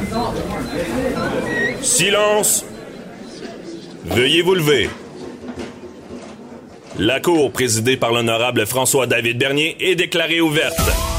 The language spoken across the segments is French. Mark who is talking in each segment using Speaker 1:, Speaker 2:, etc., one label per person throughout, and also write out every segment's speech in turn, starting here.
Speaker 1: Silence! Veuillez vous lever. La cour, présidée par l'honorable François-David Bernier, est déclarée ouverte.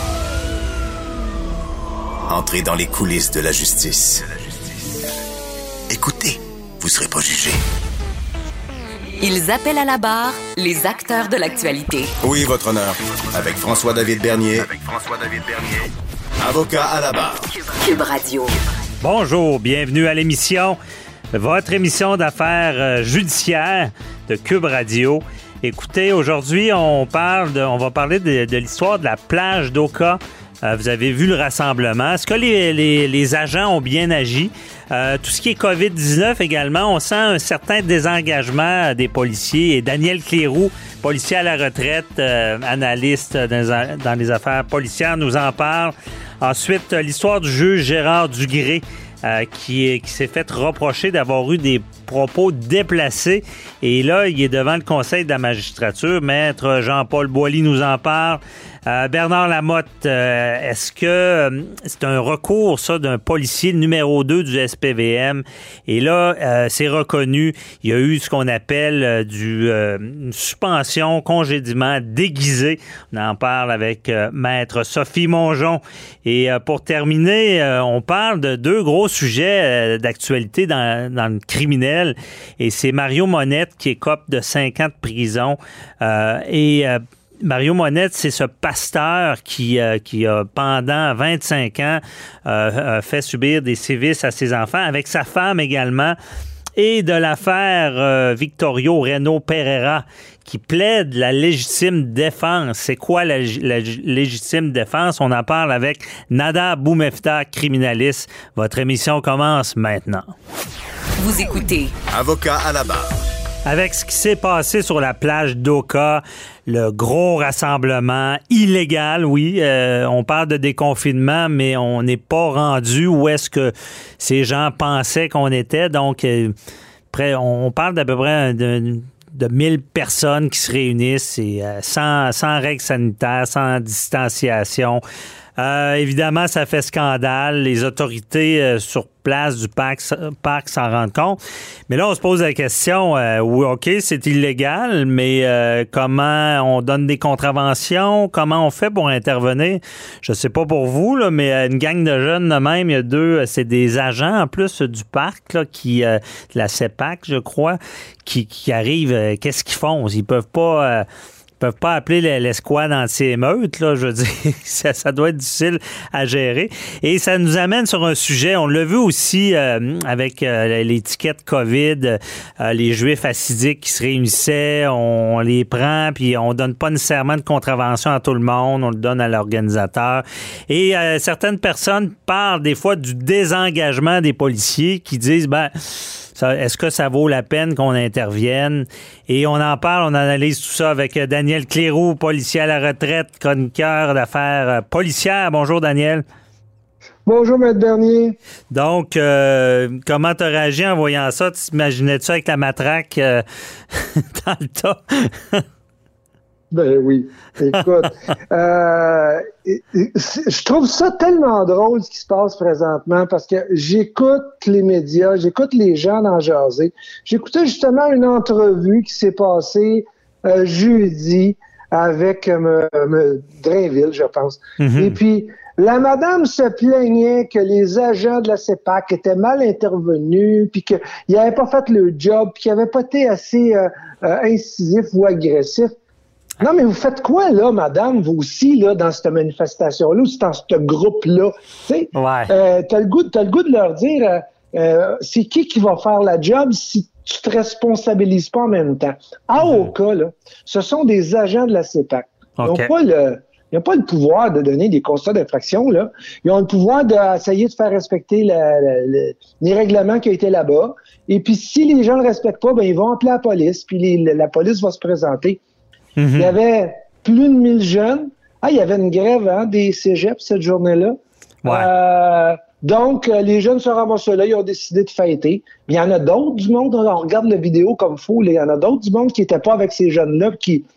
Speaker 2: Entrez dans les coulisses de la justice. Écoutez, vous serez pas jugé.
Speaker 3: Ils appellent à la barre les acteurs de l'actualité.
Speaker 2: Oui, votre honneur. Avec François-David Bernier. Avocat à la barre.
Speaker 3: Cube Radio.
Speaker 4: Bonjour, bienvenue à l'émission, votre émission d'affaires judiciaires de Cube Radio. Écoutez, aujourd'hui, on va parler de l'histoire de la plage d'Oka. Vous avez vu le rassemblement. Est-ce que les agents ont bien agi? Tout ce qui est COVID-19 également, on sent un certain désengagement des policiers. Et Daniel Cléroux, policier à la retraite, analyste dans les affaires policières, nous en parle. Ensuite, l'histoire du juge Gérard Dugré, qui s'est fait reprocher d'avoir eu des propos déplacés. Et là, il est devant le Conseil de la magistrature. Maître Jean-Paul Boilly nous en parle. Bernard Lamotte, est-ce que c'est un recours, ça, d'un policier numéro 2 du SPVM? Et là, c'est reconnu. Il y a eu ce qu'on appelle une suspension, congédiement déguisé. On en parle avec Maître Sophie Mongeon. Et pour terminer, on parle de deux gros sujets d'actualité dans le criminel. Et c'est Mario Monette qui écope de 5 ans de prison. Mario Monette, c'est ce pasteur qui a, pendant 25 ans, fait subir des sévices à ses enfants, avec sa femme également, et de l'affaire Victorio Reno Pereira, qui plaide la légitime défense. C'est quoi la légitime défense? On en parle avec Nada Boumefta, criminaliste. Votre émission commence maintenant.
Speaker 3: Vous écoutez
Speaker 2: Avocat à la barre.
Speaker 4: Avec ce qui s'est passé sur la plage d'Oka, le gros rassemblement illégal, oui, on parle de déconfinement, mais on n'est pas rendu où est-ce que ces gens pensaient qu'on était. Donc, on parle d'à peu près de 1000 personnes qui se réunissent et sans règles sanitaires, sans distanciation. Évidemment, ça fait scandale. Les autorités sur place du parc s'en rendent compte. Mais là, on se pose la question, oui, OK, c'est illégal, mais comment on donne des contraventions? Comment on fait pour intervenir? Je sais pas pour vous, là, mais une gang de jeunes de même, il y a deux, c'est des agents en plus du parc, là, de la CEPAC, je crois, qui arrivent. Qu'est-ce qu'ils font? Ils peuvent pas appeler l'escouade anti-émeute, là, je veux dire, ça doit être difficile à gérer. Et ça nous amène sur un sujet, on l'a vu aussi avec l'étiquette COVID, les Juifs assidiques qui se réunissaient, on les prend, puis on donne pas nécessairement de contravention à tout le monde, on le donne à l'organisateur. Et certaines personnes parlent des fois du désengagement des policiers qui disent, est-ce que ça vaut la peine qu'on intervienne? Et on en parle, on analyse tout ça avec Daniel Cléroux, policier à la retraite, chroniqueur d'affaires policières. Bonjour, Daniel.
Speaker 5: Bonjour, Maître Bernier.
Speaker 4: Donc, comment tu as réagi en voyant ça? Tu t'imaginais-tu avec la matraque dans le tas?
Speaker 5: Ben oui. Écoute, je trouve ça tellement drôle ce qui se passe présentement parce que j'écoute les médias, j'écoute les gens en jaser. J'écoutais justement une entrevue qui s'est passée jeudi avec Drainville, je pense. Mm-hmm. Et puis, la madame se plaignait que les agents de la CEPAC étaient mal intervenus, puis qu'ils n'avaient pas fait le job, puis qu'ils n'avaient pas été assez incisifs ou agressifs. Non, mais vous faites quoi, là, madame, vous aussi, là, dans cette manifestation-là, ou dans ce groupe-là? Tu sais, t'as le goût de leur dire, c'est qui va faire la job si tu te responsabilises pas en même temps? À Oka, là, ce sont des agents de la CEPAC. Ils n'ont pas le pouvoir de donner des constats d'infraction, là. Ils ont le pouvoir d'essayer de faire respecter les règlements qui ont été là-bas. Et puis, si les gens ne le respectent pas, ils vont appeler la police, puis la police va se présenter. Mm-hmm. Il y avait plus de 1000 jeunes. Il y avait une grève des cégeps cette journée-là. Ouais. Donc, les jeunes se ramassent là, ils ont décidé de fêter. Mais il y en a d'autres du monde, on regarde la vidéo comme fou, il y en a d'autres du monde qui n'étaient pas avec ces jeunes-là, qui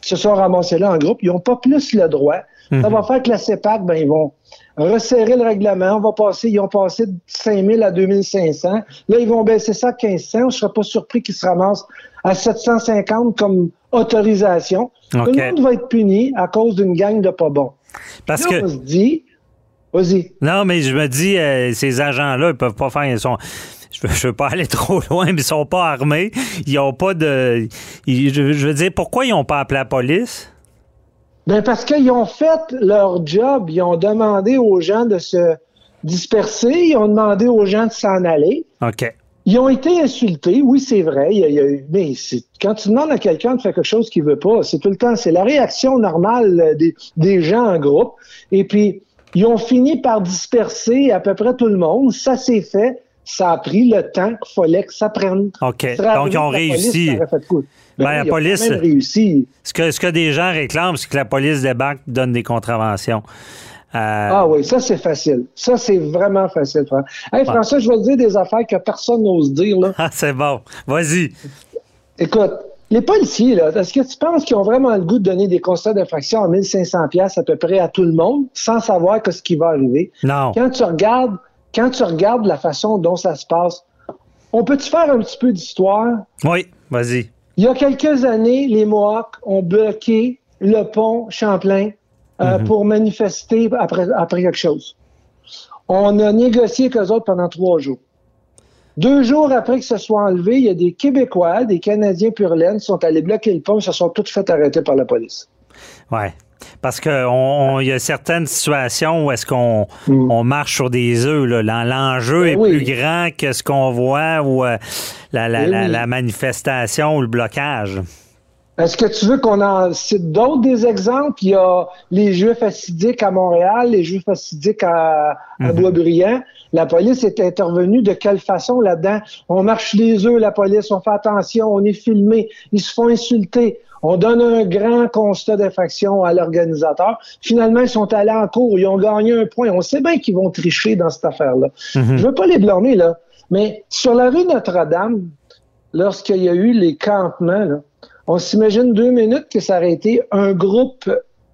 Speaker 5: se sont ramassés là en groupe. Ils n'ont pas plus le droit. Ça va faire que la CEPAC, ils vont resserrer le règlement. Ils ont passé de 5 000 à 2 500. Là, ils vont baisser ça à 1 500. Je ne serais pas surpris qu'ils se ramassent à 750 comme autorisation.
Speaker 4: Okay.
Speaker 5: Tout le monde va être puni à cause d'une gang de pas bons.
Speaker 4: Parce
Speaker 5: là,
Speaker 4: que...
Speaker 5: on se dit... Vas-y.
Speaker 4: Non, mais je me dis, ces agents-là, ils peuvent pas faire... Je veux pas aller trop loin, mais ils sont pas armés. Ils ont pas de... Je veux dire, pourquoi ils n'ont pas appelé la police?
Speaker 5: Ben parce qu'ils ont fait leur job. Ils ont demandé aux gens de se disperser. Ils ont demandé aux gens de s'en aller.
Speaker 4: OK.
Speaker 5: Ils ont été insultés. Oui, c'est vrai. Mais quand tu demandes à quelqu'un de faire quelque chose qu'il veut pas, c'est tout le temps... C'est la réaction normale des gens en groupe. Et puis, ils ont fini par disperser à peu près tout le monde. Ça s'est fait. Ça a pris le temps qu'il fallait que ça prenne.
Speaker 4: OK. Donc, ils ont réussi. La police,
Speaker 5: a même réussi.
Speaker 4: Ce que des gens réclament, c'est que la police débarque, donne des contraventions.
Speaker 5: Ah oui, ça, c'est facile. Ça, c'est vraiment facile, François. Hey, François, je vais te dire des affaires que personne n'ose dire, là.
Speaker 4: Ah, c'est bon. Vas-y.
Speaker 5: Écoute, les policiers, là, est-ce que tu penses qu'ils ont vraiment le goût de donner des constats d'infraction à 1 500 $ à peu près à tout le monde, sans savoir ce qui va arriver?
Speaker 4: Non.
Speaker 5: Quand tu regardes la façon dont ça se passe, on peut-tu faire un petit peu d'histoire?
Speaker 4: Oui, vas-y.
Speaker 5: Il y a quelques années, les Mohawks ont bloqué le pont Champlain pour manifester après quelque chose. On a négocié avec eux autres pendant 3 jours. 2 jours après que ce soit enlevé, il y a des Québécois, des Canadiens pur laine qui sont allés bloquer le pont et se sont tous fait arrêter par la police.
Speaker 4: Oui. Parce qu'il y a certaines situations où est-ce qu'on marche sur des œufs. Là. L'enjeu est plus grand que ce qu'on voit ou la manifestation ou le blocage.
Speaker 5: Est-ce que tu veux qu'on en cite d'autres des exemples? Il y a les Juifs assidiques à Montréal, les Juifs assidiques à Boisbriand. La police est intervenue de quelle façon là-dedans? On marche les œufs, la police, on fait attention, on est filmé, ils se font insulter. On donne un grand constat d'infraction à l'organisateur. Finalement, ils sont allés en cours, ils ont gagné 1 point. On sait bien qu'ils vont tricher dans cette affaire-là. Je veux pas les blâmer, là. Mais sur la rue Notre-Dame, lorsqu'il y a eu les campements, là, on s'imagine 2 minutes que ça aurait été un groupe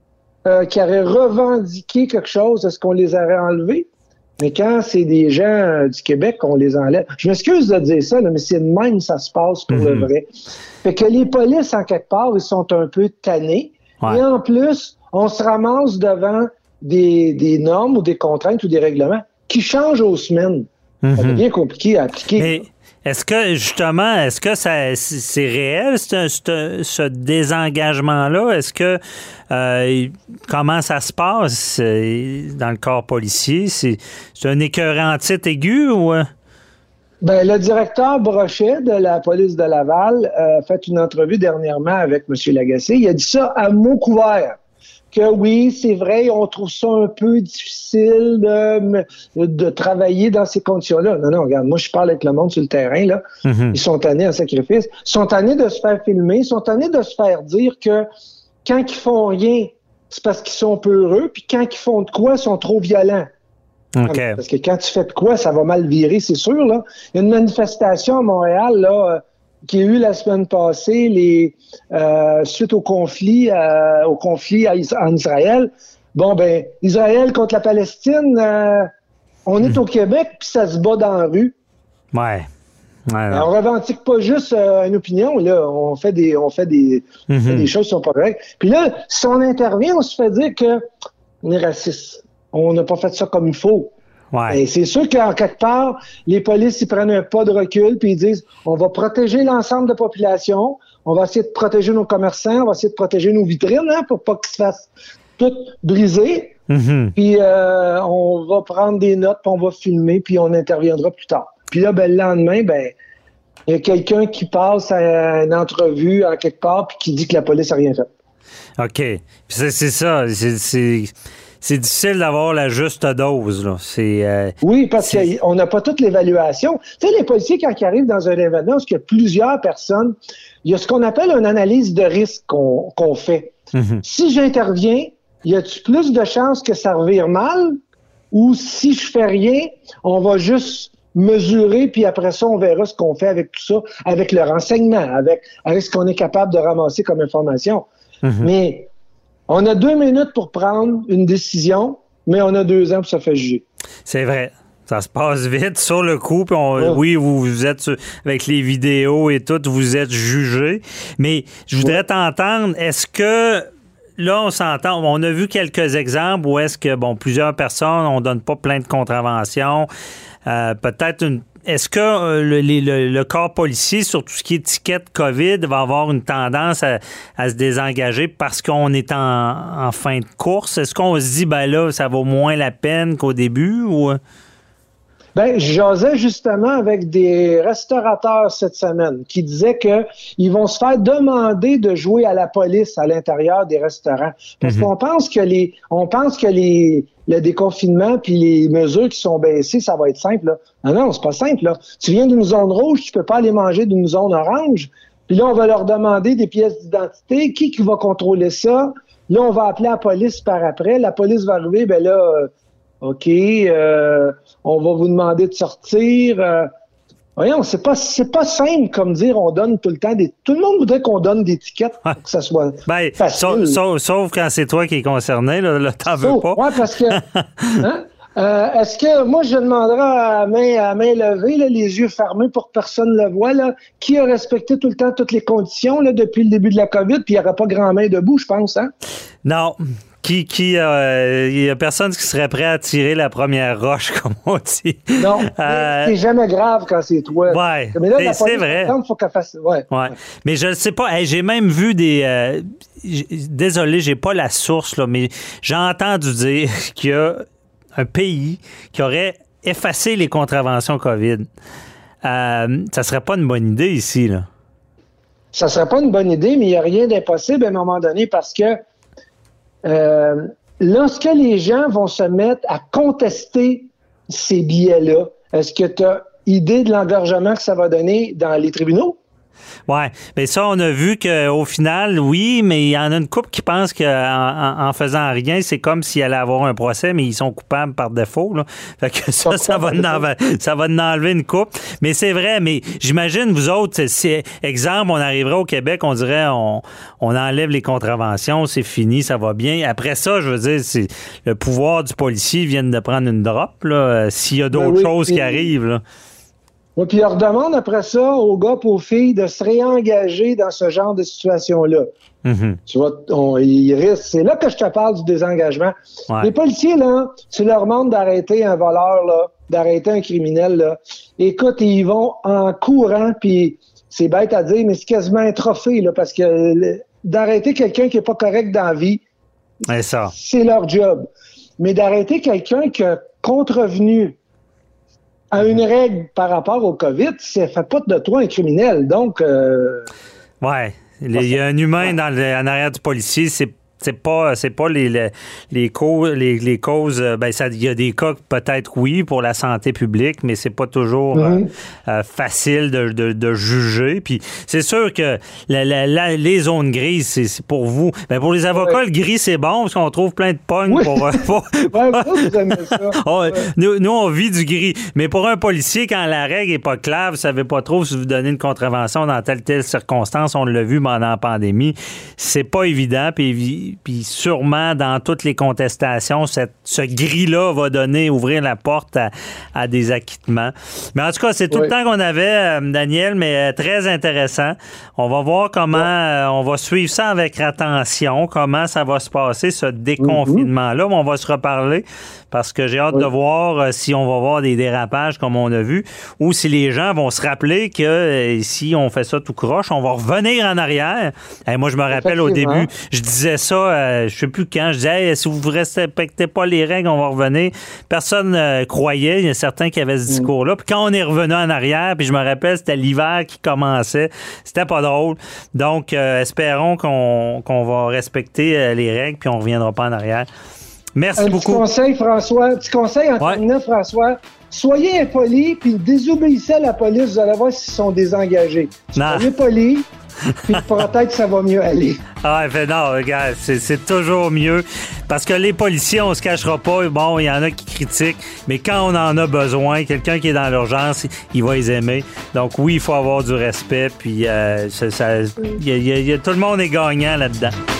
Speaker 5: qui aurait revendiqué quelque chose. Est-ce qu'on les aurait enlevés? Mais quand c'est des gens du Québec, on les enlève. Je m'excuse de dire ça, là, mais c'est de même ça se passe pour le vrai. Fait que les polices, en quelque part, ils sont un peu tannés. Ouais. Et en plus, on se ramasse devant des normes ou des contraintes ou des règlements qui changent aux semaines. Ça devient compliqué à appliquer.
Speaker 4: Mais est-ce que c'est réel, ce désengagement-là? Est-ce que comment ça se passe dans le corps policier? C'est un écœurantite aigu ou...
Speaker 5: Ben, le directeur Brochet de la police de Laval a fait une entrevue dernièrement avec M. Lagacé. Il a dit ça à mots couverts. Que oui, c'est vrai, on trouve ça un peu difficile de travailler dans ces conditions-là. Non, regarde, moi, je parle avec le monde sur le terrain, là. Ils sont tannés en sacrifice. Ils sont tannés de se faire filmer. Ils sont tannés de se faire dire que quand ils font rien, c'est parce qu'ils sont peureux, puis quand ils font de quoi, ils sont trop violents.
Speaker 4: Okay.
Speaker 5: Parce que quand tu fais de quoi, ça va mal virer, c'est sûr, là. Il y a une manifestation à Montréal, là, qui a eu la semaine passée, suite au conflit en Israël. Bon, ben, Israël contre la Palestine, on est au Québec, puis ça se bat dans la rue.
Speaker 4: Ouais.
Speaker 5: On revendique pas juste une opinion, là. On fait des choses qui sont pas correctes. Puis là, si on intervient, on se fait dire qu'on est raciste. On n'a pas fait ça comme il faut.
Speaker 4: Ouais.
Speaker 5: Et c'est sûr qu'en quelque part, les polices, ils prennent un pas de recul puis ils disent, on va protéger l'ensemble de la population, on va essayer de protéger nos commerçants, on va essayer de protéger nos vitrines, pour pas qu'ils se fassent toutes briser. Puis on va prendre des notes, puis on va filmer, puis on interviendra plus tard. Puis là, ben, le lendemain, ben, il y a quelqu'un qui passe à une entrevue en quelque part puis qui dit que la police n'a rien fait.
Speaker 4: OK. Puis c'est ça. C'est difficile d'avoir la juste dose, là.
Speaker 5: Oui, parce qu'on n'a pas toute l'évaluation. Tu sais, les policiers, quand ils arrivent dans un événement, parce qu'il y a plusieurs personnes, il y a ce qu'on appelle une analyse de risque qu'on fait. Si j'interviens, y a-t-il plus de chances que ça revire mal? Ou si je fais rien, on va juste mesurer, puis après ça, on verra ce qu'on fait avec tout ça, avec le renseignement, avec ce qu'on est capable de ramasser comme information. Mais on a 2 minutes pour prendre une décision, mais on a 2 ans pour se faire juger.
Speaker 4: C'est vrai. Ça se passe vite sur le coup. Puis oui, vous êtes avec les vidéos et tout, vous êtes jugé. Mais je voudrais t'entendre, est-ce que là, on s'entend, on a vu quelques exemples où est-ce que, plusieurs personnes, on donne pas plein de contraventions. Peut-être est-ce que le corps policier, sur tout ce qui est étiquette COVID, va avoir une tendance à se désengager parce qu'on est en fin de course? Est-ce qu'on se dit, là, ça vaut moins la peine qu'au début ou...
Speaker 5: Je jasais justement avec des restaurateurs cette semaine qui disaient qu'ils vont se faire demander de jouer à la police à l'intérieur des restaurants. Parce qu'on pense que le déconfinement puis les mesures qui sont baissées, ça va être simple, là. Non, c'est pas simple, là. Tu viens d'une zone rouge, tu peux pas aller manger d'une zone orange. Puis là, on va leur demander des pièces d'identité. Qui va contrôler ça? Là, on va appeler la police par après. La police va arriver, OK, on va vous demander de sortir. Voyons, c'est pas simple comme dire on donne tout le temps des... Tout le monde voudrait qu'on donne des tickets pour que ça soit facile.
Speaker 4: Sauf quand c'est toi qui es concerné, là t'en veux pas.
Speaker 5: Oui, parce que... est-ce que... Moi, je demanderai à main levée, là, les yeux fermés pour que personne ne le voit, là, qui a respecté tout le temps toutes les conditions là, depuis le début de la COVID, puis il n'y aura pas grand main debout, je pense, hein?
Speaker 4: Non. Il y a personne qui serait prêt à tirer la première roche, comme on dit.
Speaker 5: Non, c'est jamais grave quand c'est toi.
Speaker 4: Ouais,
Speaker 5: mais là,
Speaker 4: c'est vrai.
Speaker 5: Il faut qu'elle fasse... Ouais.
Speaker 4: Mais je ne sais pas. J'ai même vu des... désolé, j'ai pas la source, là, mais j'ai entendu dire qu'il y a un pays qui aurait effacé les contraventions COVID. Ça serait pas une bonne idée ici, là.
Speaker 5: Ça serait pas une bonne idée, mais il n'y a rien d'impossible à un moment donné parce que lorsque les gens vont se mettre à contester ces billets-là, est-ce que tu as idée de l'engorgement que ça va donner dans les tribunaux?
Speaker 4: Oui, mais ça, on a vu qu'au final, oui, mais il y en a une couple qui pensent qu'en faisant rien, c'est comme s'il allait avoir un procès, mais ils sont coupables par défaut. Là. Fait que ça va en enlever une couple. Mais c'est vrai, mais j'imagine, vous autres, exemple, on arriverait au Québec, on dirait on enlève les contraventions, c'est fini, ça va bien. Après ça, je veux dire, c'est le pouvoir du policier vient de prendre une drop, là, s'il y a d'autres choses qui arrivent, là.
Speaker 5: Oui, puis il leur demande après ça aux gars et aux filles de se réengager dans ce genre de situation-là. Tu vois, ils risquent. C'est là que je te parle du désengagement. Ouais. Les policiers, là, tu leur demandes d'arrêter un voleur, là, d'arrêter un criminel, là. Écoute, ils vont en courant, puis c'est bête à dire, mais c'est quasiment un trophée, là, parce que d'arrêter quelqu'un qui n'est pas correct dans la vie, c'est leur job. Mais d'arrêter quelqu'un qui a contrevenu à une règle par rapport au COVID, ça fait pas de toi un criminel. Donc...
Speaker 4: Ouais. Il y a un humain en arrière du policier, c'est pas les causes. Il y a des cas peut-être oui pour la santé publique, mais c'est pas toujours facile de juger. Puis c'est sûr que les zones grises, c'est pour vous. Ben pour les avocats, le gris c'est bon parce qu'on trouve plein de pognes
Speaker 5: vous aimez ça.
Speaker 4: Nous on vit du gris. Mais pour un policier, quand la règle est pas claire, vous savez pas trop si vous donnez une contravention dans telle circonstance, on l'a vu pendant la pandémie, c'est pas évident. Puis sûrement, dans toutes les contestations, ce gris-là va ouvrir la porte à des acquittements. Mais en tout cas, c'est tout le temps qu'on avait, Daniel, mais très intéressant. On va voir comment on va suivre ça avec attention, comment ça va se passer, ce déconfinement-là. On va se reparler parce que j'ai hâte de voir si on va voir des dérapages comme on a vu ou si les gens vont se rappeler que si on fait ça tout croche, on va revenir en arrière. Moi, je me rappelle au début, je disais ça, je sais plus quand, je disais si vous ne respectez pas les règles, on va revenir. Personne croyait, il y a certains qui avaient ce discours-là. Puis quand on est revenu en arrière, puis je me rappelle, c'était l'hiver qui commençait, c'était pas drôle. Donc, espérons qu'on va respecter les règles, puis on ne reviendra pas en arrière. Merci beaucoup.
Speaker 5: Petit conseil en terminant, François. Soyez impoli, puis désobéissez à la police, vous allez voir s'ils sont désengagés. Soyez poli, puis peut-être ça va mieux aller.
Speaker 4: Non, regarde, c'est toujours mieux. Parce que les policiers, on se cachera pas. Bon, il y en a qui critiquent, mais quand on en a besoin, quelqu'un qui est dans l'urgence, il va les aimer. Donc oui, il faut avoir du respect, puis tout le monde est gagnant là-dedans.